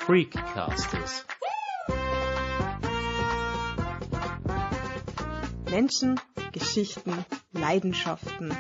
Freakcasters. Menschen, Geschichten, Leidenschaften.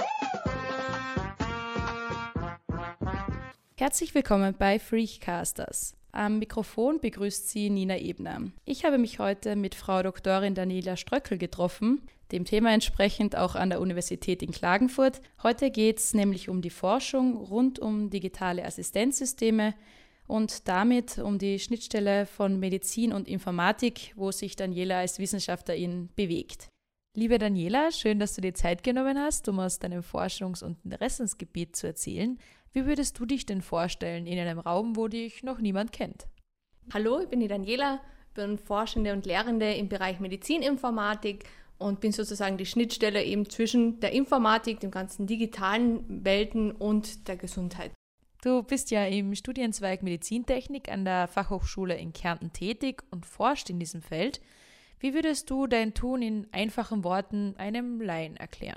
Herzlich willkommen bei Freakcasters. Am Mikrofon begrüßt Sie Nina Ebner. Ich habe mich heute mit Frau Doktorin Daniela Ströckl getroffen, dem Thema entsprechend auch an der Universität in Klagenfurt. Heute geht es nämlich um die Forschung rund um digitale Assistenzsysteme und damit um die Schnittstelle von Medizin und Informatik, wo sich Daniela als Wissenschaftlerin bewegt. Liebe Daniela, schön, dass du dir Zeit genommen hast, um aus deinem Forschungs- und Interessensgebiet zu erzählen. Wie würdest du dich denn vorstellen in einem Raum, wo dich noch niemand kennt? Hallo, ich bin die Daniela, bin Forschende und Lehrende im Bereich Medizininformatik und bin sozusagen die Schnittstelle eben zwischen der Informatik, dem ganzen digitalen Welten und der Gesundheit. Du bist ja im Studienzweig Medizintechnik an der Fachhochschule in Kärnten tätig und forscht in diesem Feld. Wie würdest du dein Tun in einfachen Worten einem Laien erklären?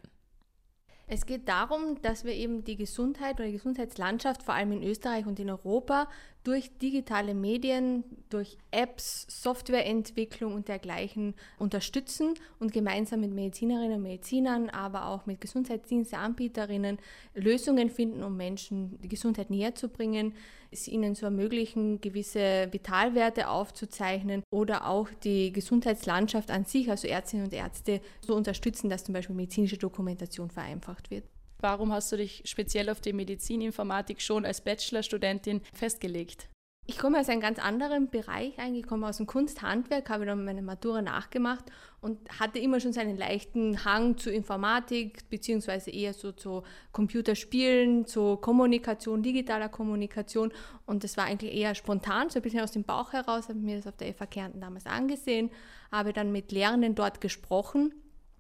Es geht darum, dass wir eben die Gesundheit oder die Gesundheitslandschaft, vor allem in Österreich und in Europa, durch digitale Medien, durch Apps, Softwareentwicklung und dergleichen unterstützen und gemeinsam mit Medizinerinnen und Medizinern, aber auch mit Gesundheitsdiensteanbieterinnen Lösungen finden, um Menschen die Gesundheit näher zu bringen, es ihnen zu ermöglichen, gewisse Vitalwerte aufzuzeichnen oder auch die Gesundheitslandschaft an sich, also Ärztinnen und Ärzte, so unterstützen, dass zum Beispiel medizinische Dokumentation vereinfacht wird. Warum hast du dich speziell auf die Medizininformatik schon als Bachelorstudentin festgelegt? Ich komme aus einem ganz anderen Bereich eigentlich, ich komme aus dem Kunsthandwerk, habe dann meine Matura nachgemacht und hatte immer schon so einen leichten Hang zu Informatik, beziehungsweise eher so zu Computerspielen, zu Kommunikation, digitaler Kommunikation, und das war eigentlich eher spontan, so ein bisschen aus dem Bauch heraus, habe mir das auf der FH Kärnten damals angesehen, habe dann mit Lehrenden dort gesprochen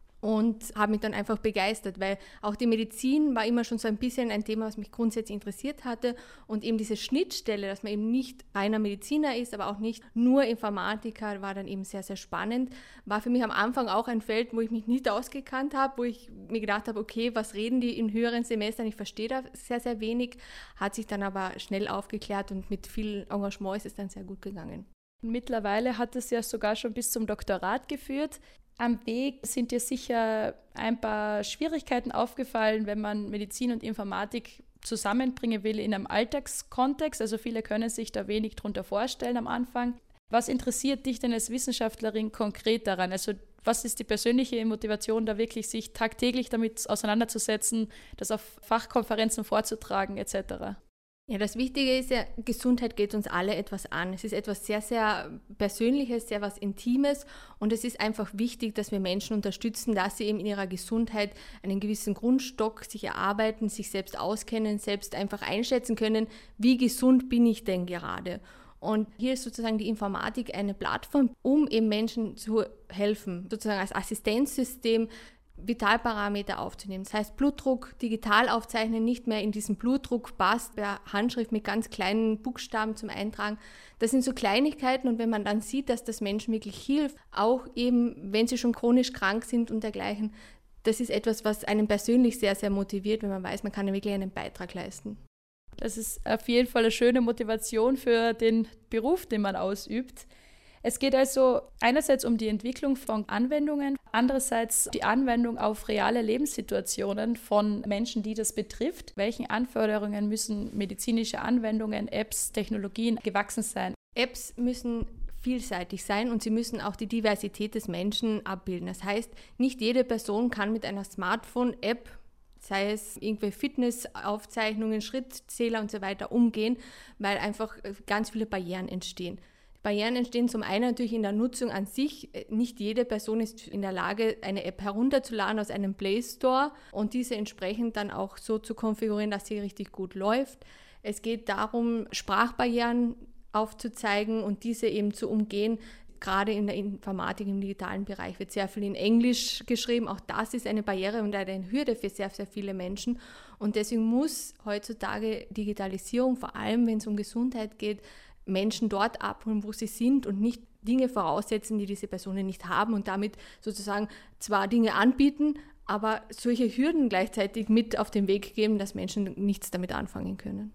und habe mich dann einfach begeistert, weil auch die Medizin war immer schon so ein bisschen ein Thema, was mich grundsätzlich interessiert hatte, und eben diese Schnittstelle, dass man eben nicht reiner Mediziner ist, aber auch nicht nur Informatiker, war dann eben sehr, sehr spannend. War für mich am Anfang auch ein Feld, wo ich mich nicht ausgekannt habe, wo ich mir gedacht habe, okay, was reden die in höheren Semestern? Ich verstehe da sehr, sehr wenig, hat sich dann aber schnell aufgeklärt und mit viel Engagement ist es dann sehr gut gegangen. Mittlerweile hat es ja sogar schon bis zum Doktorat geführt. Am Weg sind dir sicher ein paar Schwierigkeiten aufgefallen, wenn man Medizin und Informatik zusammenbringen will in einem Alltagskontext. Also viele können sich da wenig drunter vorstellen am Anfang. Was interessiert dich denn als Wissenschaftlerin konkret daran? Also was ist die persönliche Motivation, da wirklich sich tagtäglich damit auseinanderzusetzen, das auf Fachkonferenzen vorzutragen etc.? Ja, das Wichtige ist ja, Gesundheit geht uns alle etwas an. Es ist etwas sehr, sehr Persönliches, sehr was Intimes, und es ist einfach wichtig, dass wir Menschen unterstützen, dass sie eben in ihrer Gesundheit einen gewissen Grundstock sich erarbeiten, sich selbst auskennen, selbst einfach einschätzen können, wie gesund bin ich denn gerade. Und hier ist sozusagen die Informatik eine Plattform, um eben Menschen zu helfen, sozusagen als Assistenzsystem Vitalparameter aufzunehmen. Das heißt, Blutdruck digital aufzeichnen, nicht mehr in diesem Blutdruckpass per Handschrift mit ganz kleinen Buchstaben zum Eintragen. Das sind so Kleinigkeiten, und wenn man dann sieht, dass das Menschen wirklich hilft, auch eben, wenn sie schon chronisch krank sind und dergleichen, das ist etwas, was einen persönlich sehr, sehr motiviert, wenn man weiß, man kann wirklich einen Beitrag leisten. Das ist auf jeden Fall eine schöne Motivation für den Beruf, den man ausübt. Es geht also einerseits um die Entwicklung von Anwendungen, andererseits die Anwendung auf reale Lebenssituationen von Menschen, die das betrifft. Welchen Anforderungen müssen medizinische Anwendungen, Apps, Technologien gewachsen sein? Apps müssen vielseitig sein, und sie müssen auch die Diversität des Menschen abbilden. Das heißt, nicht jede Person kann mit einer Smartphone-App, sei es irgendwelche Fitnessaufzeichnungen, Schrittzähler und so weiter, umgehen, weil einfach ganz viele Barrieren entstehen. Barrieren entstehen zum einen natürlich in der Nutzung an sich. Nicht jede Person ist in der Lage, eine App herunterzuladen aus einem Play Store und diese entsprechend dann auch so zu konfigurieren, dass sie richtig gut läuft. Es geht darum, Sprachbarrieren aufzuzeigen und diese eben zu umgehen. Gerade in der Informatik, im digitalen Bereich wird sehr viel in Englisch geschrieben. Auch das ist eine Barriere und eine Hürde für sehr, sehr viele Menschen. Und deswegen muss heutzutage Digitalisierung, vor allem wenn es um Gesundheit geht, Menschen dort abholen, wo sie sind, und nicht Dinge voraussetzen, die diese Personen nicht haben, und damit sozusagen zwar Dinge anbieten, aber solche Hürden gleichzeitig mit auf den Weg geben, dass Menschen nichts damit anfangen können.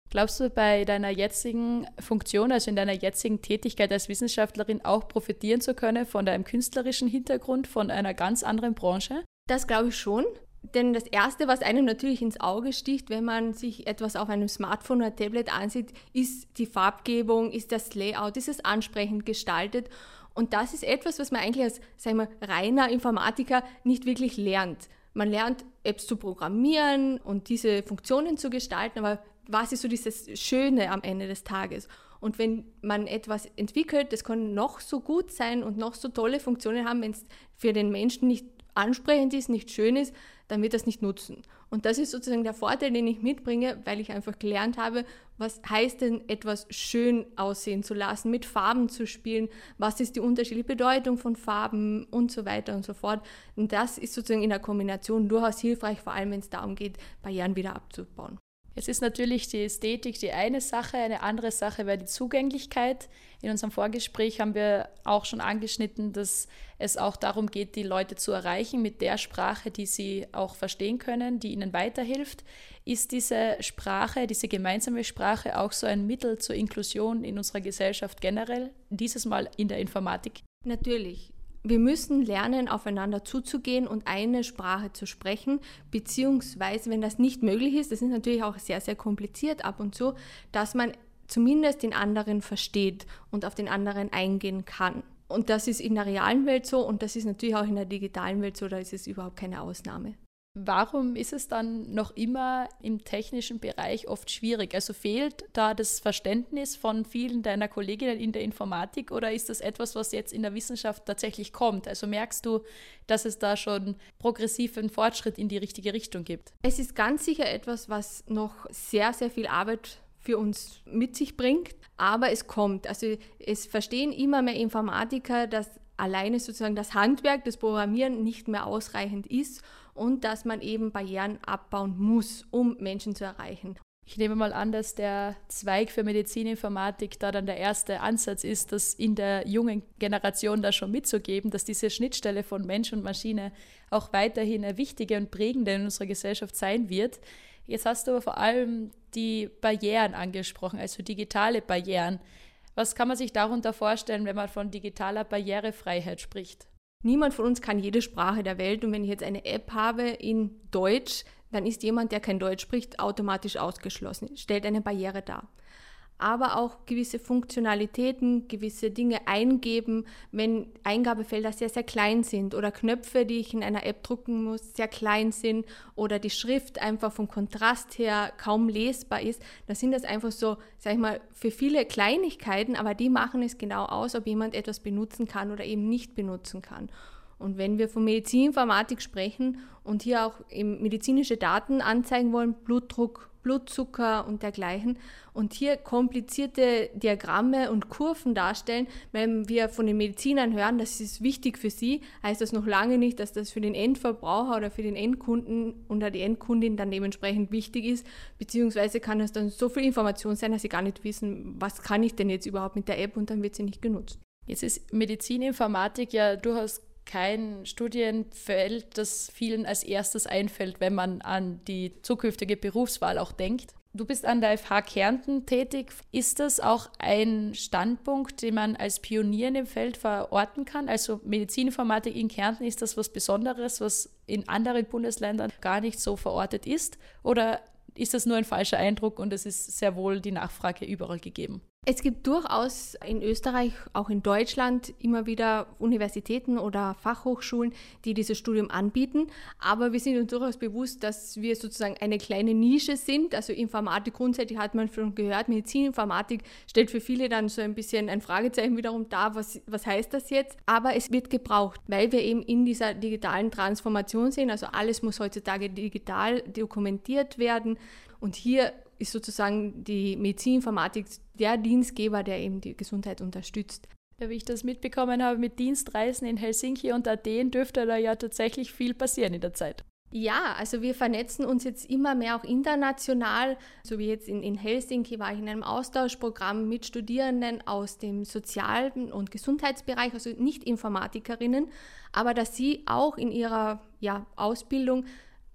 Glaubst du, bei deiner jetzigen Funktion, also in deiner jetzigen Tätigkeit als Wissenschaftlerin, auch profitieren zu können von deinem künstlerischen Hintergrund, von einer ganz anderen Branche? Das glaube ich schon. Denn das Erste, was einem natürlich ins Auge sticht, wenn man sich etwas auf einem Smartphone oder Tablet ansieht, ist die Farbgebung, ist das Layout, ist es ansprechend gestaltet. Und das ist etwas, was man eigentlich als, sagen wir, reiner Informatiker nicht wirklich lernt. Man lernt, Apps zu programmieren und diese Funktionen zu gestalten, aber was ist so dieses Schöne am Ende des Tages? Und wenn man etwas entwickelt, das kann noch so gut sein und noch so tolle Funktionen haben, wenn es für den Menschen nicht ansprechend ist, nicht schön ist, dann wird das nicht nutzen. Und das ist sozusagen der Vorteil, den ich mitbringe, weil ich einfach gelernt habe, was heißt denn, etwas schön aussehen zu lassen, mit Farben zu spielen, was ist die unterschiedliche Bedeutung von Farben und so weiter und so fort. Und das ist sozusagen in der Kombination durchaus hilfreich, vor allem wenn es darum geht, Barrieren wieder abzubauen. Jetzt ist natürlich die Ästhetik die eine Sache, eine andere Sache wäre die Zugänglichkeit. In unserem Vorgespräch haben wir auch schon angeschnitten, dass es auch darum geht, die Leute zu erreichen mit der Sprache, die sie auch verstehen können, die ihnen weiterhilft. Ist diese Sprache, diese gemeinsame Sprache auch so ein Mittel zur Inklusion in unserer Gesellschaft generell, dieses Mal in der Informatik? Natürlich. Wir müssen lernen, aufeinander zuzugehen und eine Sprache zu sprechen, beziehungsweise, wenn das nicht möglich ist, das ist natürlich auch sehr, sehr kompliziert ab und zu, dass man zumindest den anderen versteht und auf den anderen eingehen kann. Und das ist in der realen Welt so und das ist natürlich auch in der digitalen Welt so, da ist es überhaupt keine Ausnahme. Warum ist es dann noch immer im technischen Bereich oft schwierig? Also fehlt da das Verständnis von vielen deiner Kolleginnen in der Informatik oder ist das etwas, was jetzt in der Wissenschaft tatsächlich kommt? Also merkst du, dass es da schon progressiven Fortschritt in die richtige Richtung gibt? Es ist ganz sicher etwas, was noch sehr, sehr viel Arbeit für uns mit sich bringt, aber es kommt. Also es verstehen immer mehr Informatiker, dass alleine sozusagen das Handwerk, das Programmieren nicht mehr ausreichend ist und dass man eben Barrieren abbauen muss, um Menschen zu erreichen. Ich nehme mal an, dass der Zweig für Medizininformatik da dann der erste Ansatz ist, das in der jungen Generation da schon mitzugeben, dass diese Schnittstelle von Mensch und Maschine auch weiterhin eine wichtige und prägende in unserer Gesellschaft sein wird. Jetzt hast du aber vor allem die Barrieren angesprochen, also digitale Barrieren. Was kann man sich darunter vorstellen, wenn man von digitaler Barrierefreiheit spricht? Niemand von uns kann jede Sprache der Welt und wenn ich jetzt eine App habe in Deutsch, dann ist jemand, der kein Deutsch spricht, automatisch ausgeschlossen, stellt eine Barriere dar. Aber auch gewisse Funktionalitäten, gewisse Dinge eingeben, wenn Eingabefelder sehr, sehr klein sind oder Knöpfe, die ich in einer App drücken muss, sehr klein sind oder die Schrift einfach vom Kontrast her kaum lesbar ist, dann sind das einfach so, sag ich mal, für viele Kleinigkeiten, aber die machen es genau aus, ob jemand etwas benutzen kann oder eben nicht benutzen kann. Und wenn wir von Medizininformatik sprechen und hier auch eben medizinische Daten anzeigen wollen, Blutdruck, Blutzucker und dergleichen, und hier komplizierte Diagramme und Kurven darstellen, wenn wir von den Medizinern hören, das ist wichtig für sie, heißt das noch lange nicht, dass das für den Endverbraucher oder für den Endkunden oder die Endkundin dann dementsprechend wichtig ist, beziehungsweise kann es dann so viel Information sein, dass sie gar nicht wissen, was kann ich denn jetzt überhaupt mit der App und dann wird sie nicht genutzt. Jetzt ist Medizininformatik ja durchaus kein Studienfeld, das vielen als erstes einfällt, wenn man an die zukünftige Berufswahl auch denkt. Du bist an der FH Kärnten tätig. Ist das auch ein Standpunkt, den man als Pionier in dem Feld verorten kann? Also Medizininformatik in Kärnten, ist das was Besonderes, was in anderen Bundesländern gar nicht so verortet ist? Oder ist das nur ein falscher Eindruck und es ist sehr wohl die Nachfrage überall gegeben? Es gibt durchaus in Österreich, auch in Deutschland, immer wieder Universitäten oder Fachhochschulen, die dieses Studium anbieten. Aber wir sind uns durchaus bewusst, dass wir sozusagen eine kleine Nische sind. Also Informatik grundsätzlich hat man schon gehört, Medizininformatik stellt für viele dann so ein bisschen ein Fragezeichen wiederum dar, was heißt das jetzt? Aber es wird gebraucht, weil wir eben in dieser digitalen Transformation sind. Also alles muss heutzutage digital dokumentiert werden. Und hier ist sozusagen die Medizininformatik der Dienstgeber, der eben die Gesundheit unterstützt. Ja, wie ich das mitbekommen habe mit Dienstreisen in Helsinki und Athen, dürfte da ja tatsächlich viel passieren in der Zeit. Ja, also wir vernetzen uns jetzt immer mehr auch international. So wie jetzt in Helsinki war ich in einem Austauschprogramm mit Studierenden aus dem sozialen und Gesundheitsbereich, also nicht Informatikerinnen, aber dass sie auch in ihrer Ausbildung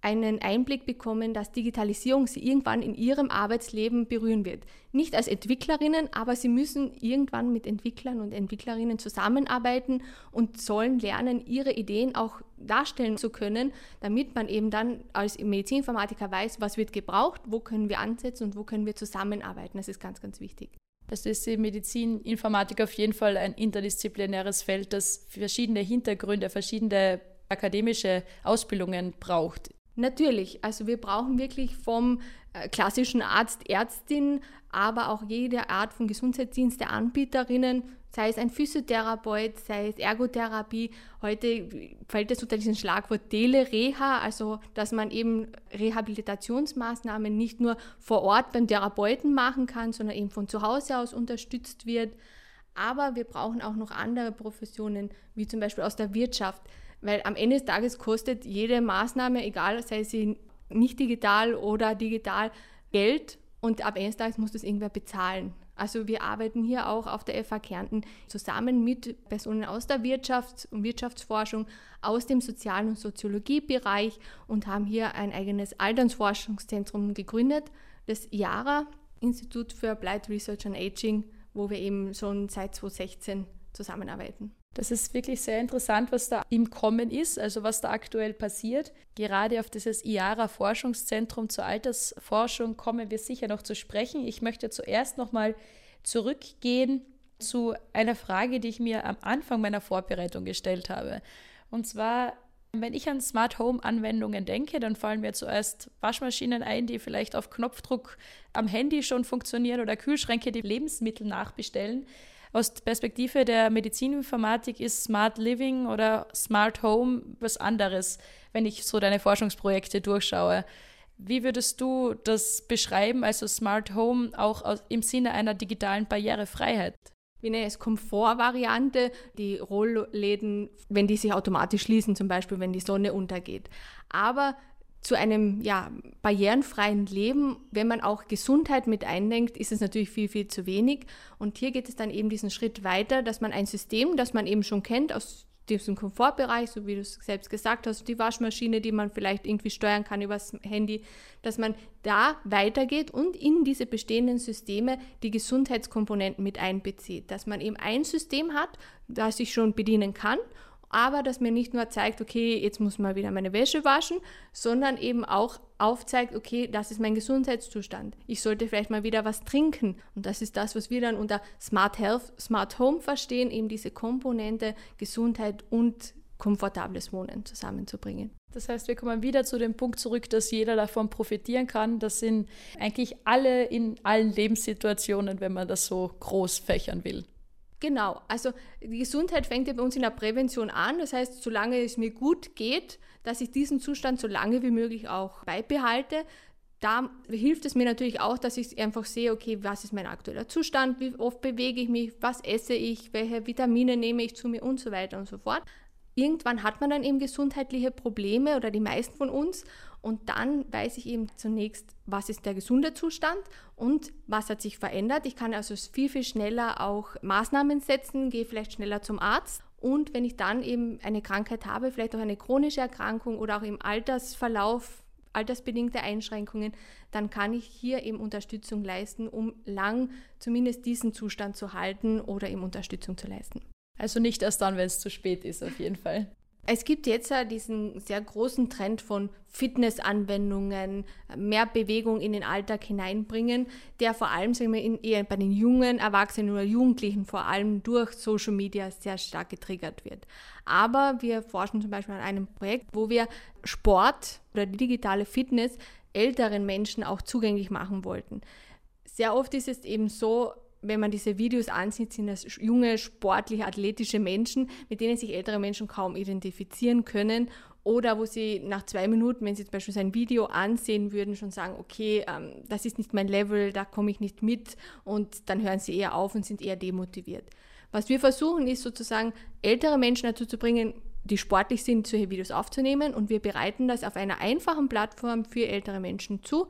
einen Einblick bekommen, dass Digitalisierung sie irgendwann in ihrem Arbeitsleben berühren wird. Nicht als Entwicklerinnen, aber sie müssen irgendwann mit Entwicklern und Entwicklerinnen zusammenarbeiten und sollen lernen, ihre Ideen auch darstellen zu können, damit man eben dann als Medizininformatiker weiß, was wird gebraucht, wo können wir ansetzen und wo können wir zusammenarbeiten. Das ist ganz, ganz wichtig. Also ist die Medizininformatik auf jeden Fall ein interdisziplinäres Feld, das verschiedene Hintergründe, verschiedene akademische Ausbildungen braucht. Natürlich, also wir brauchen wirklich vom klassischen Arzt, Ärztin, aber auch jede Art von Gesundheitsdienste, Anbieterinnen, sei es ein Physiotherapeut, sei es Ergotherapie. Heute fällt es unter diesen Schlagwort Telereha, also dass man eben Rehabilitationsmaßnahmen nicht nur vor Ort beim Therapeuten machen kann, sondern eben von zu Hause aus unterstützt wird. Aber wir brauchen auch noch andere Professionen, wie zum Beispiel aus der Wirtschaft. Weil am Ende des Tages kostet jede Maßnahme, egal sei sie nicht digital oder digital, Geld und am Ende des Tages muss das irgendwer bezahlen. Also wir arbeiten hier auch auf der FH Kärnten zusammen mit Personen aus der Wirtschaft und Wirtschaftsforschung, aus dem Sozial- und Soziologiebereich und haben hier ein eigenes Alternsforschungszentrum gegründet, das IARA, Institut für Applied Research on Aging, wo wir eben schon seit 2016 zusammenarbeiten. Das ist wirklich sehr interessant, was da im Kommen ist, also was da aktuell passiert. Gerade auf dieses IARA-Forschungszentrum zur Altersforschung kommen wir sicher noch zu sprechen. Ich möchte zuerst nochmal zurückgehen zu einer Frage, die ich mir am Anfang meiner Vorbereitung gestellt habe. Und zwar, wenn ich an Smart Home-Anwendungen denke, dann fallen mir zuerst Waschmaschinen ein, die vielleicht auf Knopfdruck am Handy schon funktionieren oder Kühlschränke, die Lebensmittel nachbestellen. Aus der Perspektive der Medizininformatik ist Smart Living oder Smart Home was anderes, wenn ich so deine Forschungsprojekte durchschaue. Wie würdest du das beschreiben, also Smart Home auch im Sinne einer digitalen Barrierefreiheit? Wir nennen es Komfortvariante, die Rollläden, wenn die sich automatisch schließen, zum Beispiel, wenn die Sonne untergeht. Aber zu einem barrierenfreien Leben, wenn man auch Gesundheit mit eindenkt, ist es natürlich viel, viel zu wenig. Und hier geht es dann eben diesen Schritt weiter, dass man ein System, das man eben schon kennt aus diesem Komfortbereich, so wie du es selbst gesagt hast, die Waschmaschine, die man vielleicht irgendwie steuern kann übers Handy, dass man da weitergeht und in diese bestehenden Systeme die Gesundheitskomponenten mit einbezieht. Dass man eben ein System hat, das ich schon bedienen kann, aber dass mir nicht nur zeigt, okay, jetzt muss man wieder meine Wäsche waschen, sondern eben auch aufzeigt, okay, das ist mein Gesundheitszustand. Ich sollte vielleicht mal wieder was trinken. Und das ist das, was wir dann unter Smart Health, Smart Home verstehen, eben diese Komponente Gesundheit und komfortables Wohnen zusammenzubringen. Das heißt, wir kommen wieder zu dem Punkt zurück, dass jeder davon profitieren kann. Das sind eigentlich alle in allen Lebenssituationen, wenn man das so groß fächern will. Genau, also die Gesundheit fängt ja bei uns in der Prävention an. Das heißt, solange es mir gut geht, dass ich diesen Zustand so lange wie möglich auch beibehalte. Da hilft es mir natürlich auch, dass ich einfach sehe, okay, was ist mein aktueller Zustand, wie oft bewege ich mich, was esse ich, welche Vitamine nehme ich zu mir und so weiter und so fort. Irgendwann hat man dann eben gesundheitliche Probleme oder die meisten von uns und dann weiß ich eben zunächst, was ist der gesunde Zustand und was hat sich verändert. Ich kann also viel, viel schneller auch Maßnahmen setzen, gehe vielleicht schneller zum Arzt und wenn ich dann eben eine Krankheit habe, vielleicht auch eine chronische Erkrankung oder auch im Altersverlauf, altersbedingte Einschränkungen, dann kann ich hier eben Unterstützung leisten, um lang zumindest diesen Zustand zu halten oder eben Unterstützung zu leisten. Also nicht erst dann, wenn es zu spät ist, auf jeden Fall. Es gibt jetzt diesen sehr großen Trend von Fitnessanwendungen, mehr Bewegung in den Alltag hineinbringen, der vor allem sagen wir, eher bei den jungen Erwachsenen oder Jugendlichen vor allem durch Social Media sehr stark getriggert wird. Aber wir forschen zum Beispiel an einem Projekt, wo wir Sport oder die digitale Fitness älteren Menschen auch zugänglich machen wollten. Sehr oft ist es eben so, wenn man diese Videos ansieht, sind das junge, sportliche, athletische Menschen, mit denen sich ältere Menschen kaum identifizieren können oder wo sie nach 2 Minuten, wenn sie zum Beispiel ein Video ansehen würden, schon sagen, okay, das ist nicht mein Level, da komme ich nicht mit und dann hören sie eher auf und sind eher demotiviert. Was wir versuchen, ist sozusagen, ältere Menschen dazu zu bringen, die sportlich sind, solche Videos aufzunehmen und wir bereiten das auf einer einfachen Plattform für ältere Menschen zu.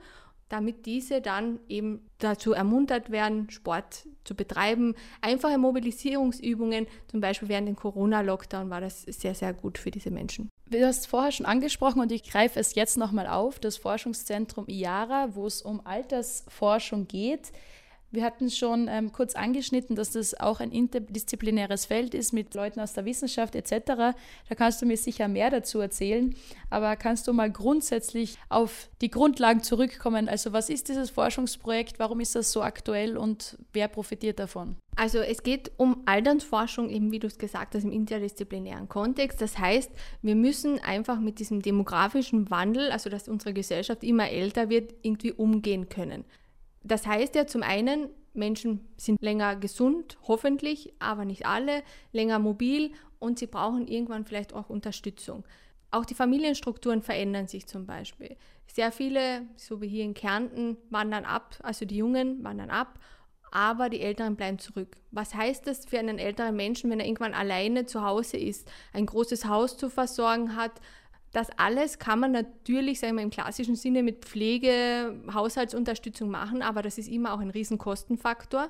damit diese dann eben dazu ermuntert werden, Sport zu betreiben. Einfache Mobilisierungsübungen, zum Beispiel während dem Corona-Lockdown war das sehr, sehr gut für diese Menschen. Du hast vorher schon angesprochen und ich greife es jetzt nochmal auf, das Forschungszentrum IARA, wo es um Altersforschung geht. Wir hatten schon kurz angeschnitten, dass das auch ein interdisziplinäres Feld ist mit Leuten aus der Wissenschaft etc. Da kannst du mir sicher mehr dazu erzählen. Aber kannst du mal grundsätzlich auf die Grundlagen zurückkommen? Also was ist dieses Forschungsprojekt? Warum ist das so aktuell und wer profitiert davon? Also es geht um Altersforschung, eben wie du es gesagt hast, im interdisziplinären Kontext. Das heißt, wir müssen einfach mit diesem demografischen Wandel, also dass unsere Gesellschaft immer älter wird, irgendwie umgehen können. Das heißt ja zum einen, Menschen sind länger gesund, hoffentlich, aber nicht alle, länger mobil und sie brauchen irgendwann vielleicht auch Unterstützung. Auch die Familienstrukturen verändern sich zum Beispiel. Sehr viele, so wie hier in Kärnten, wandern ab, also die Jungen wandern ab, aber die Älteren bleiben zurück. Was heißt das für einen älteren Menschen, wenn er irgendwann alleine zu Hause ist, ein großes Haus zu versorgen hat? Das alles kann man natürlich, sagen wir im klassischen Sinne, mit Pflege, Haushaltsunterstützung machen, aber das ist immer auch ein Riesenkostenfaktor.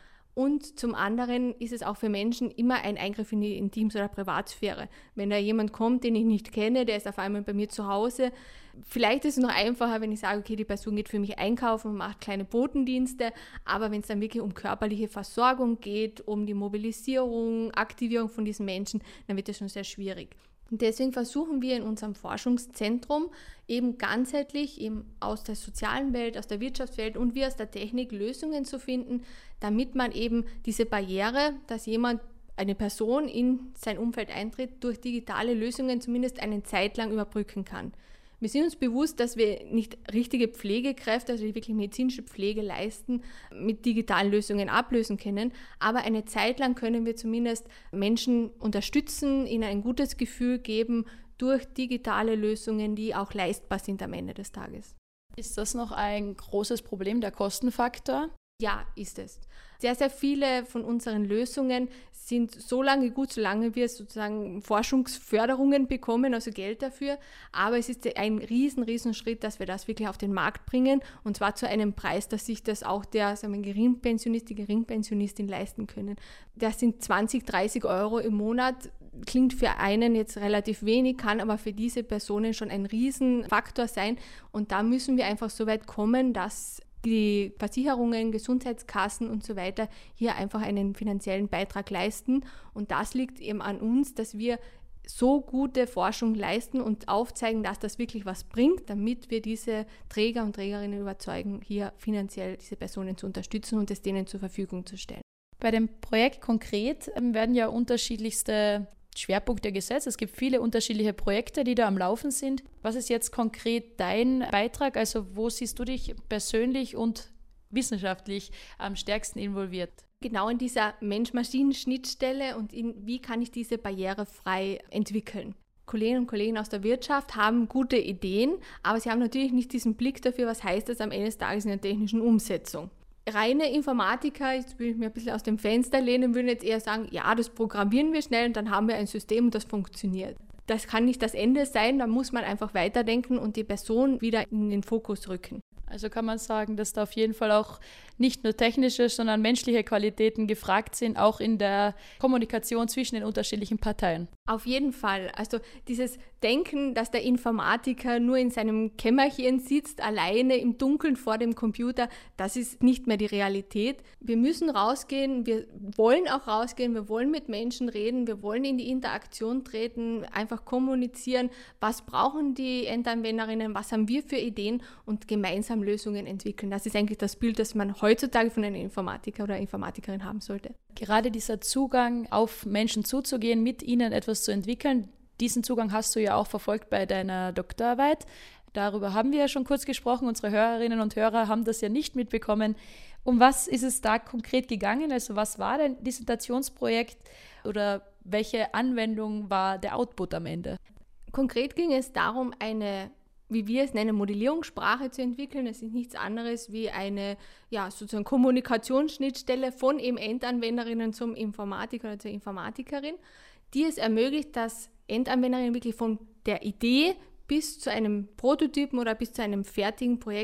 Und zum anderen ist es auch für Menschen immer ein Eingriff in die Intims- oder Privatsphäre. Wenn da jemand kommt, den ich nicht kenne, der ist auf einmal bei mir zu Hause, vielleicht ist es noch einfacher, wenn ich sage, okay, die Person geht für mich einkaufen und macht kleine Botendienste, aber wenn es dann wirklich um körperliche Versorgung geht, um die Mobilisierung, Aktivierung von diesen Menschen, dann wird das schon sehr schwierig. Und deswegen versuchen wir in unserem Forschungszentrum eben ganzheitlich eben aus der sozialen Welt, aus der Wirtschaftswelt und wie aus der Technik Lösungen zu finden, damit man eben diese Barriere, dass eine Person in sein Umfeld eintritt, durch digitale Lösungen zumindest eine Zeit lang überbrücken kann. Wir sind uns bewusst, dass wir nicht richtige Pflegekräfte, also die wirklich medizinische Pflege leisten, mit digitalen Lösungen ablösen können. Aber eine Zeit lang können wir zumindest Menschen unterstützen, ihnen ein gutes Gefühl geben durch digitale Lösungen, die auch leistbar sind am Ende des Tages. Ist das noch ein großes Problem, der Kostenfaktor? Ja, ist es. Sehr, sehr viele von unseren Lösungen sind so lange gut, solange wir sozusagen Forschungsförderungen bekommen, also Geld dafür. Aber es ist ein riesen Schritt, dass wir das wirklich auf den Markt bringen und zwar zu einem Preis, dass sich das auch der Geringpensionist, die Geringpensionistin leisten können. Das sind 20, 30 Euro im Monat. Klingt für einen jetzt relativ wenig, kann aber für diese Personen schon ein Riesenfaktor sein. Und da müssen wir einfach so weit kommen, dass die Versicherungen, Gesundheitskassen und so weiter hier einfach einen finanziellen Beitrag leisten. Und das liegt eben an uns, dass wir so gute Forschung leisten und aufzeigen, dass das wirklich was bringt, damit wir diese Träger und Trägerinnen überzeugen, hier finanziell diese Personen zu unterstützen und es denen zur Verfügung zu stellen. Bei dem Projekt konkret werden ja unterschiedlichste Schwerpunkte gesetzt. Es gibt viele unterschiedliche Projekte, die da am Laufen sind. Was ist jetzt konkret dein Beitrag? Also wo siehst du dich persönlich und wissenschaftlich am stärksten involviert? Genau in dieser Mensch-Maschinen-Schnittstelle und wie kann ich diese barrierefrei entwickeln? Kolleginnen und Kollegen aus der Wirtschaft haben gute Ideen, aber sie haben natürlich nicht diesen Blick dafür, was heißt das am Ende des Tages in der technischen Umsetzung. Reine Informatiker, jetzt will ich mir ein bisschen aus dem Fenster lehnen, würden jetzt eher sagen, ja, das programmieren wir schnell und dann haben wir ein System, das funktioniert. Das kann nicht das Ende sein, da muss man einfach weiterdenken und die Person wieder in den Fokus rücken. Also kann man sagen, dass da auf jeden Fall auch nicht nur technische, sondern menschliche Qualitäten gefragt sind, auch in der Kommunikation zwischen den unterschiedlichen Parteien. Auf jeden Fall. Also dieses Denken, dass der Informatiker nur in seinem Kämmerchen sitzt, alleine im Dunkeln vor dem Computer, das ist nicht mehr die Realität. Wir müssen rausgehen, wir wollen auch rausgehen, wir wollen mit Menschen reden, wir wollen in die Interaktion treten, einfach kommunizieren, was brauchen die Endanwenderinnen, was haben wir für Ideen und gemeinsam Lösungen entwickeln. Das ist eigentlich das Bild, das man heutzutage von einem Informatiker oder Informatikerin haben sollte. Gerade dieser Zugang, auf Menschen zuzugehen, mit ihnen etwas zu entwickeln, diesen Zugang hast du ja auch verfolgt bei deiner Doktorarbeit. Darüber haben wir ja schon kurz gesprochen. Unsere Hörerinnen und Hörer haben das ja nicht mitbekommen. Um was ist es da konkret gegangen? Also was war dein Dissertationsprojekt oder welche Anwendung war der Output am Ende? Konkret ging es darum, eine, wie wir es nennen, Modellierungssprache zu entwickeln. Es ist nichts anderes wie eine sozusagen Kommunikationsschnittstelle von eben Endanwenderinnen zum Informatiker oder zur Informatikerin, die es ermöglicht, dass Endanwenderinnen wirklich von der Idee bis zu einem Prototypen oder bis zu einem fertigen Projekt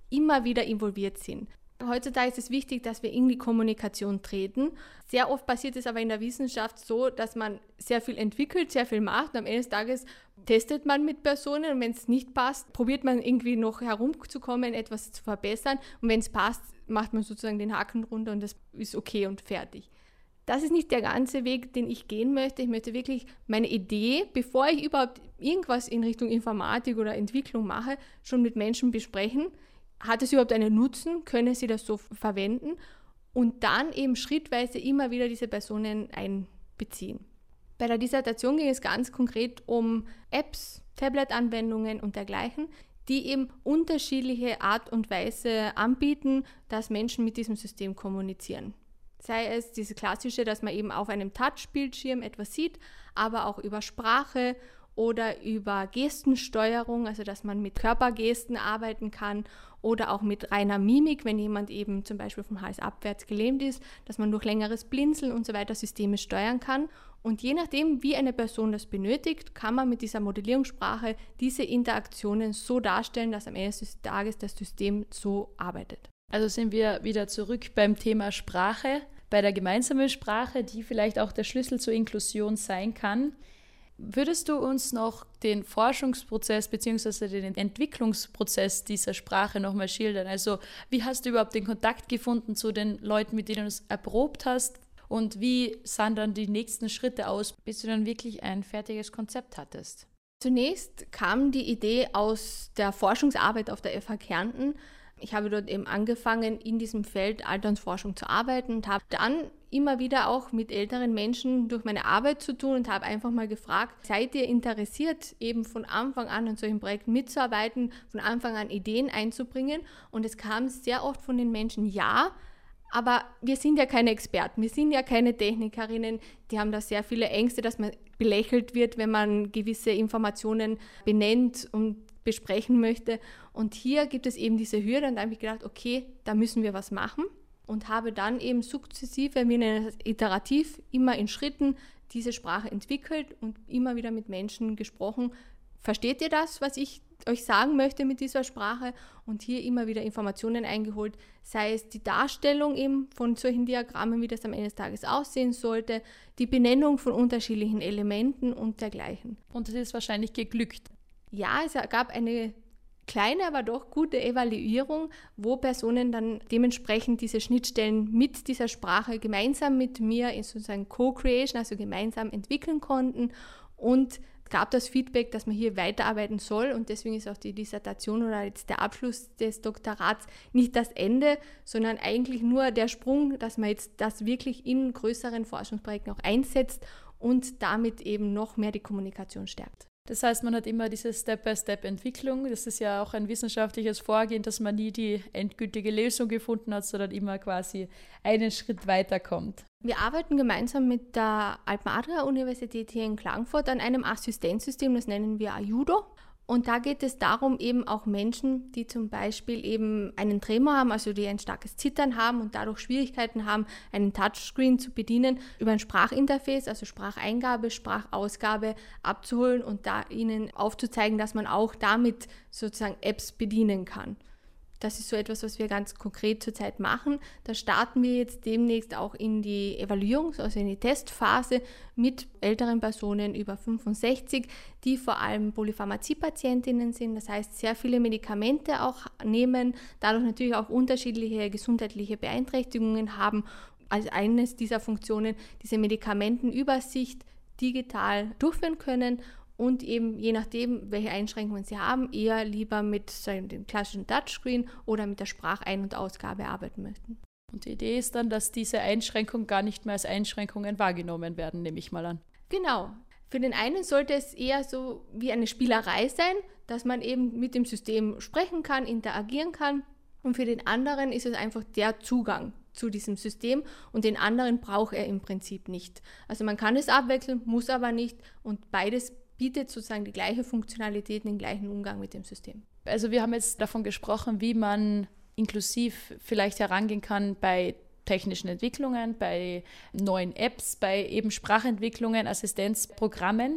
immer wieder involviert sind. Heutzutage ist es wichtig, dass wir in die Kommunikation treten. Sehr oft passiert es aber in der Wissenschaft so, dass man sehr viel entwickelt, sehr viel macht. Und am Ende des Tages testet man mit Personen und wenn es nicht passt, probiert man irgendwie noch herumzukommen, etwas zu verbessern. Und wenn es passt, macht man sozusagen den Haken runter und das ist okay und fertig. Das ist nicht der ganze Weg, den ich gehen möchte. Ich möchte wirklich meine Idee, bevor ich überhaupt irgendwas in Richtung Informatik oder Entwicklung mache, schon mit Menschen besprechen. Hat es überhaupt einen Nutzen? Können sie das so verwenden? Und dann eben schrittweise immer wieder diese Personen einbeziehen. Bei der Dissertation ging es ganz konkret um Apps, Tablet-Anwendungen und dergleichen, die eben unterschiedliche Art und Weise anbieten, dass Menschen mit diesem System kommunizieren. Sei es diese klassische, dass man eben auf einem Touch-Bildschirm etwas sieht, aber auch über Sprache oder über Gestensteuerung, also dass man mit Körpergesten arbeiten kann oder auch mit reiner Mimik, wenn jemand eben zum Beispiel vom Hals abwärts gelähmt ist, dass man durch längeres Blinzeln und so weiter Systeme steuern kann. Und je nachdem, wie eine Person das benötigt, kann man mit dieser Modellierungssprache diese Interaktionen so darstellen, dass am Ende des Tages das System so arbeitet. Also sind wir wieder zurück beim Thema Sprache, bei der gemeinsamen Sprache, die vielleicht auch der Schlüssel zur Inklusion sein kann. Würdest du uns noch den Forschungsprozess bzw. den Entwicklungsprozess dieser Sprache nochmal schildern? Also wie hast du überhaupt den Kontakt gefunden zu den Leuten, mit denen du es erprobt hast? Und wie sahen dann die nächsten Schritte aus, bis du dann wirklich ein fertiges Konzept hattest? Zunächst kam die Idee aus der Forschungsarbeit auf der FH Kärnten. Ich habe dort eben angefangen, in diesem Feld Alternsforschung zu arbeiten und habe dann immer wieder auch mit älteren Menschen durch meine Arbeit zu tun und habe einfach mal gefragt, seid ihr interessiert, eben von Anfang an an solchen Projekten mitzuarbeiten, von Anfang an Ideen einzubringen? Und es kam sehr oft von den Menschen, ja, aber wir sind ja keine Experten, wir sind ja keine Technikerinnen, die haben da sehr viele Ängste, dass man belächelt wird, wenn man gewisse Informationen benennt und besprechen möchte. Und hier gibt es eben diese Hürde und da habe ich gedacht, okay, da müssen wir was machen und habe dann eben sukzessive, wir nennen das iterativ, immer in Schritten diese Sprache entwickelt und immer wieder mit Menschen gesprochen. Versteht ihr das, was ich euch sagen möchte mit dieser Sprache? Und hier immer wieder Informationen eingeholt, sei es die Darstellung eben von solchen Diagrammen, wie das am Ende des Tages aussehen sollte, die Benennung von unterschiedlichen Elementen und dergleichen. Und es ist wahrscheinlich geglückt. Ja, es gab eine kleine, aber doch gute Evaluierung, wo Personen dann dementsprechend diese Schnittstellen mit dieser Sprache gemeinsam mit mir in sozusagen Co-Creation, also gemeinsam entwickeln konnten und gab das Feedback, dass man hier weiterarbeiten soll und deswegen ist auch die Dissertation oder jetzt der Abschluss des Doktorats nicht das Ende, sondern eigentlich nur der Sprung, dass man jetzt das wirklich in größeren Forschungsprojekten auch einsetzt und damit eben noch mehr die Kommunikation stärkt. Das heißt, man hat immer diese Step-by-Step-Entwicklung. Das ist ja auch ein wissenschaftliches Vorgehen, dass man nie die endgültige Lösung gefunden hat, sondern immer quasi einen Schritt weiterkommt. Wir arbeiten gemeinsam mit der Alpen-Adria-Universität hier in Klagenfurt an einem Assistenzsystem, das nennen wir Ayudo. Und da geht es darum, eben auch Menschen, die zum Beispiel eben einen Tremor haben, also die ein starkes Zittern haben und dadurch Schwierigkeiten haben, einen Touchscreen zu bedienen, über ein Sprachinterface, also Spracheingabe, Sprachausgabe abzuholen und da ihnen aufzuzeigen, dass man auch damit sozusagen Apps bedienen kann. Das ist so etwas, was wir ganz konkret zurzeit machen. Da starten wir jetzt demnächst auch in die Evaluierung, also in die Testphase mit älteren Personen über 65, die vor allem Polypharmazie-Patientinnen sind, das heißt sehr viele Medikamente auch nehmen, dadurch natürlich auch unterschiedliche gesundheitliche Beeinträchtigungen haben. Als eines dieser Funktionen diese Medikamentenübersicht digital durchführen können und eben je nachdem, welche Einschränkungen sie haben, eher lieber mit dem klassischen Touchscreen oder mit der Sprachein- und Ausgabe arbeiten möchten. Und die Idee ist dann, dass diese Einschränkungen gar nicht mehr als Einschränkungen wahrgenommen werden, nehme ich mal an. Genau. Für den einen sollte es eher so wie eine Spielerei sein, dass man eben mit dem System sprechen kann, interagieren kann. Und für den anderen ist es einfach der Zugang zu diesem System und den anderen braucht er im Prinzip nicht. Also man kann es abwechseln, muss aber nicht und beides bietet sozusagen die gleiche Funktionalität, den gleichen Umgang mit dem System. Also wir haben jetzt davon gesprochen, wie man inklusiv vielleicht herangehen kann bei technischen Entwicklungen, bei neuen Apps, bei eben Sprachentwicklungen, Assistenzprogrammen.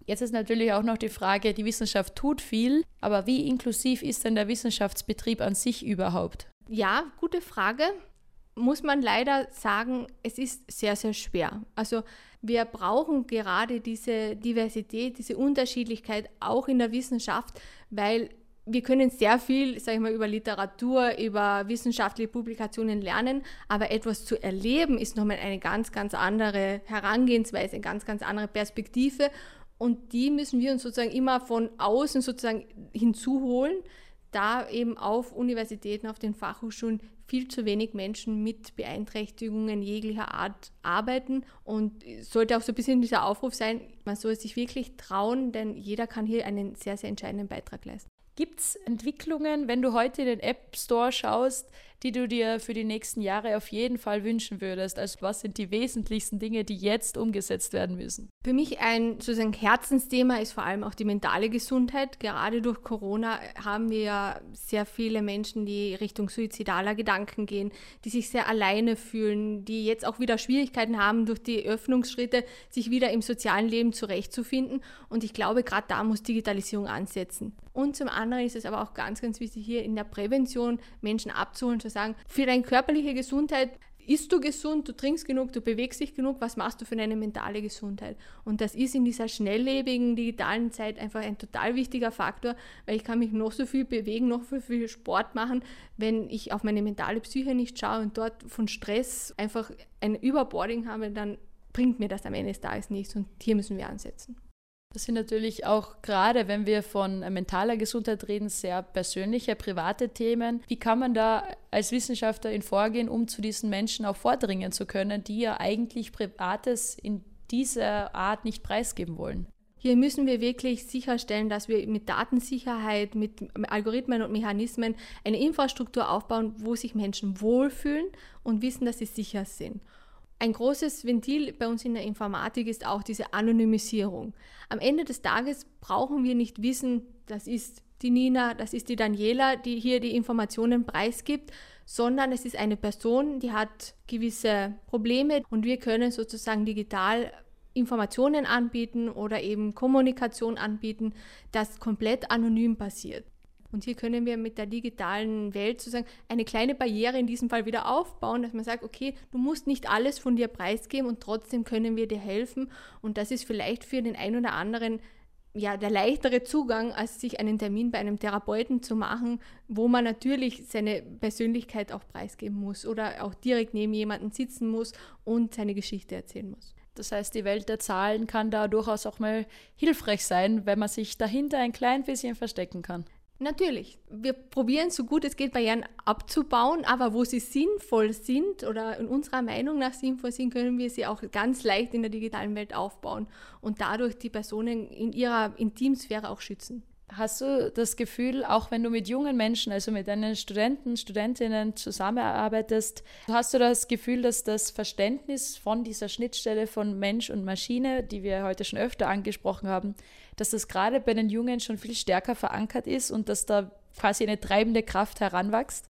Jetzt ist natürlich auch noch die Frage, die Wissenschaft tut viel, aber wie inklusiv ist denn der Wissenschaftsbetrieb an sich überhaupt? Ja, gute Frage. Muss man leider sagen, es ist sehr, sehr schwer. Also wir brauchen gerade diese Diversität, diese Unterschiedlichkeit auch in der Wissenschaft, weil wir können sehr viel, sage ich mal, über Literatur, über wissenschaftliche Publikationen lernen, aber etwas zu erleben ist nochmal eine ganz, ganz andere Herangehensweise, eine ganz, ganz andere Perspektive und die müssen wir uns sozusagen immer von außen sozusagen hinzuholen, da eben auf Universitäten, auf den Fachhochschulen viel zu wenig Menschen mit Beeinträchtigungen jeglicher Art arbeiten und sollte auch so ein bisschen dieser Aufruf sein, man soll sich wirklich trauen, denn jeder kann hier einen sehr, sehr entscheidenden Beitrag leisten. Gibt es Entwicklungen, wenn du heute in den App Store schaust, die du dir für die nächsten Jahre auf jeden Fall wünschen würdest? Also was sind die wesentlichsten Dinge, die jetzt umgesetzt werden müssen? Für mich ein sozusagen Herzensthema ist vor allem auch die mentale Gesundheit. Gerade durch Corona haben wir ja sehr viele Menschen, die Richtung suizidaler Gedanken gehen, die sich sehr alleine fühlen, die jetzt auch wieder Schwierigkeiten haben, durch die Öffnungsschritte sich wieder im sozialen Leben zurechtzufinden. Und ich glaube, gerade da muss Digitalisierung ansetzen. Und zum anderen ist es aber auch ganz, ganz wichtig, hier in der Prävention Menschen abzuholen, zu sagen, für deine körperliche Gesundheit isst du gesund, du trinkst genug, du bewegst dich genug, was machst du für deine mentale Gesundheit? Und das ist in dieser schnelllebigen digitalen Zeit einfach ein total wichtiger Faktor, weil ich kann mich noch so viel bewegen, noch so viel Sport machen, wenn ich auf meine mentale Psyche nicht schaue und dort von Stress einfach ein Überboarding habe, dann bringt mir das am Ende des Tages nichts und hier müssen wir ansetzen. Das sind natürlich auch, gerade wenn wir von mentaler Gesundheit reden, sehr persönliche, private Themen. Wie kann man da als Wissenschaftlerin vorgehen, um zu diesen Menschen auch vordringen zu können, die ja eigentlich Privates in dieser Art nicht preisgeben wollen? Hier müssen wir wirklich sicherstellen, dass wir mit Datensicherheit, mit Algorithmen und Mechanismen eine Infrastruktur aufbauen, wo sich Menschen wohlfühlen und wissen, dass sie sicher sind. Ein großes Ventil bei uns in der Informatik ist auch diese Anonymisierung. Am Ende des Tages brauchen wir nicht wissen, das ist die Nina, das ist die Daniela, die hier die Informationen preisgibt, sondern es ist eine Person, die hat gewisse Probleme und wir können sozusagen digital Informationen anbieten oder eben Kommunikation anbieten, das komplett anonym passiert. Und hier können wir mit der digitalen Welt sozusagen eine kleine Barriere in diesem Fall wieder aufbauen, dass man sagt, okay, du musst nicht alles von dir preisgeben und trotzdem können wir dir helfen. Und das ist vielleicht für den einen oder anderen ja der leichtere Zugang, als sich einen Termin bei einem Therapeuten zu machen, wo man natürlich seine Persönlichkeit auch preisgeben muss oder auch direkt neben jemandem sitzen muss und seine Geschichte erzählen muss. Das heißt, die Welt der Zahlen kann da durchaus auch mal hilfreich sein, wenn man sich dahinter ein klein bisschen verstecken kann. Natürlich. Wir probieren so gut es geht, Barrieren abzubauen, aber wo sie sinnvoll sind oder in unserer Meinung nach sinnvoll sind, können wir sie auch ganz leicht in der digitalen Welt aufbauen und dadurch die Personen in ihrer Intimsphäre auch schützen. Hast du das Gefühl, auch wenn du mit jungen Menschen, also mit deinen Studenten, Studentinnen zusammenarbeitest, hast du das Gefühl, dass das Verständnis von dieser Schnittstelle von Mensch und Maschine, die wir heute schon öfter angesprochen haben, dass das gerade bei den Jungen schon viel stärker verankert ist und dass da quasi eine treibende Kraft heranwächst?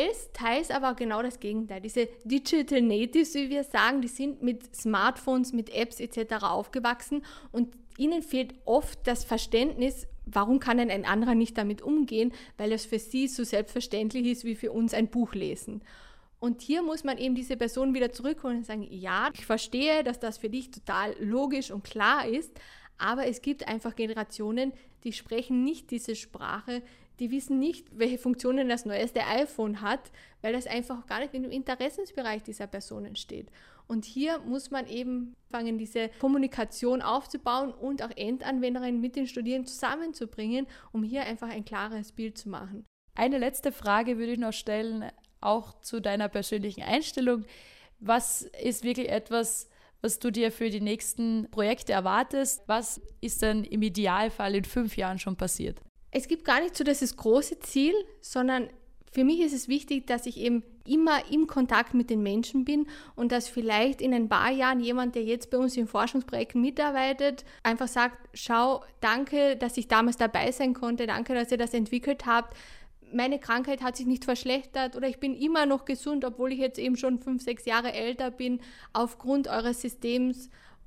Teils aber genau das Gegenteil. Diese Digital Natives, wie wir sagen, die sind mit Smartphones, mit Apps etc. aufgewachsen und ihnen fehlt oft das Verständnis, warum kann denn ein anderer nicht damit umgehen, weil es für sie so selbstverständlich ist, wie für uns ein Buch lesen. Und hier muss man eben diese Person wieder zurückholen und sagen, ja, ich verstehe, dass das für dich total logisch und klar ist, aber es gibt einfach Generationen, die sprechen nicht diese Sprache, die wissen nicht, welche Funktionen das neueste iPhone hat, weil das einfach gar nicht in dem Interessensbereich dieser Personen steht. Und hier muss man eben anfangen, diese Kommunikation aufzubauen und auch Endanwenderinnen mit den Studierenden zusammenzubringen, um hier einfach ein klares Bild zu machen. Eine letzte Frage würde ich noch stellen, auch zu deiner persönlichen Einstellung. Was ist wirklich etwas, was du dir für die nächsten Projekte erwartest? Was ist denn im Idealfall in 5 Jahren schon passiert? Es gibt gar nicht so das große Ziel, sondern für mich ist es wichtig, dass ich eben immer im Kontakt mit den Menschen bin und dass vielleicht in ein paar Jahren jemand, der jetzt bei uns in Forschungsprojekten mitarbeitet, einfach sagt, schau, danke, dass ich damals dabei sein konnte, danke, dass ihr das entwickelt habt. Meine Krankheit hat sich nicht verschlechtert oder ich bin immer noch gesund, obwohl ich jetzt eben schon 5, 6 Jahre älter bin, aufgrund eures Systems.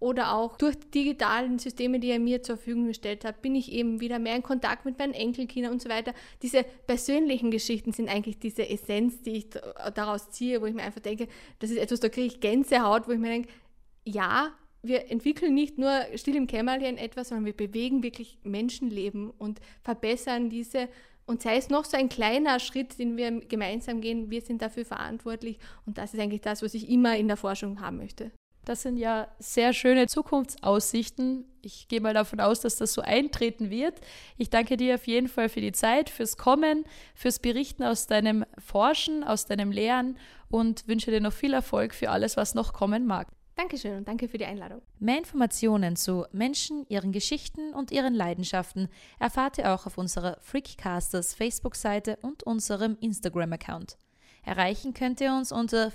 oder auch durch die digitalen Systeme, die er mir zur Verfügung gestellt hat, bin ich eben wieder mehr in Kontakt mit meinen Enkelkindern und so weiter. Diese persönlichen Geschichten sind eigentlich diese Essenz, die ich daraus ziehe, wo ich mir einfach denke, das ist etwas, da kriege ich Gänsehaut, wo ich mir denke, ja, wir entwickeln nicht nur still im Kämmerlein etwas, sondern wir bewegen wirklich Menschenleben und verbessern diese. Und sei es noch so ein kleiner Schritt, den wir gemeinsam gehen, wir sind dafür verantwortlich. Und das ist eigentlich das, was ich immer in der Forschung haben möchte. Das sind ja sehr schöne Zukunftsaussichten. Ich gehe mal davon aus, dass das so eintreten wird. Ich danke dir auf jeden Fall für die Zeit, fürs Kommen, fürs Berichten aus deinem Forschen, aus deinem Lehren und wünsche dir noch viel Erfolg für alles, was noch kommen mag. Dankeschön und danke für die Einladung. Mehr Informationen zu Menschen, ihren Geschichten und ihren Leidenschaften erfahrt ihr auch auf unserer Freakcasters Facebook-Seite und unserem Instagram-Account. Erreichen könnt ihr uns unter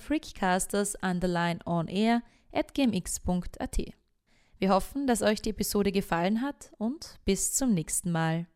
freakcasters_onair@gmx.at. Wir hoffen, dass euch die Episode gefallen hat und bis zum nächsten Mal.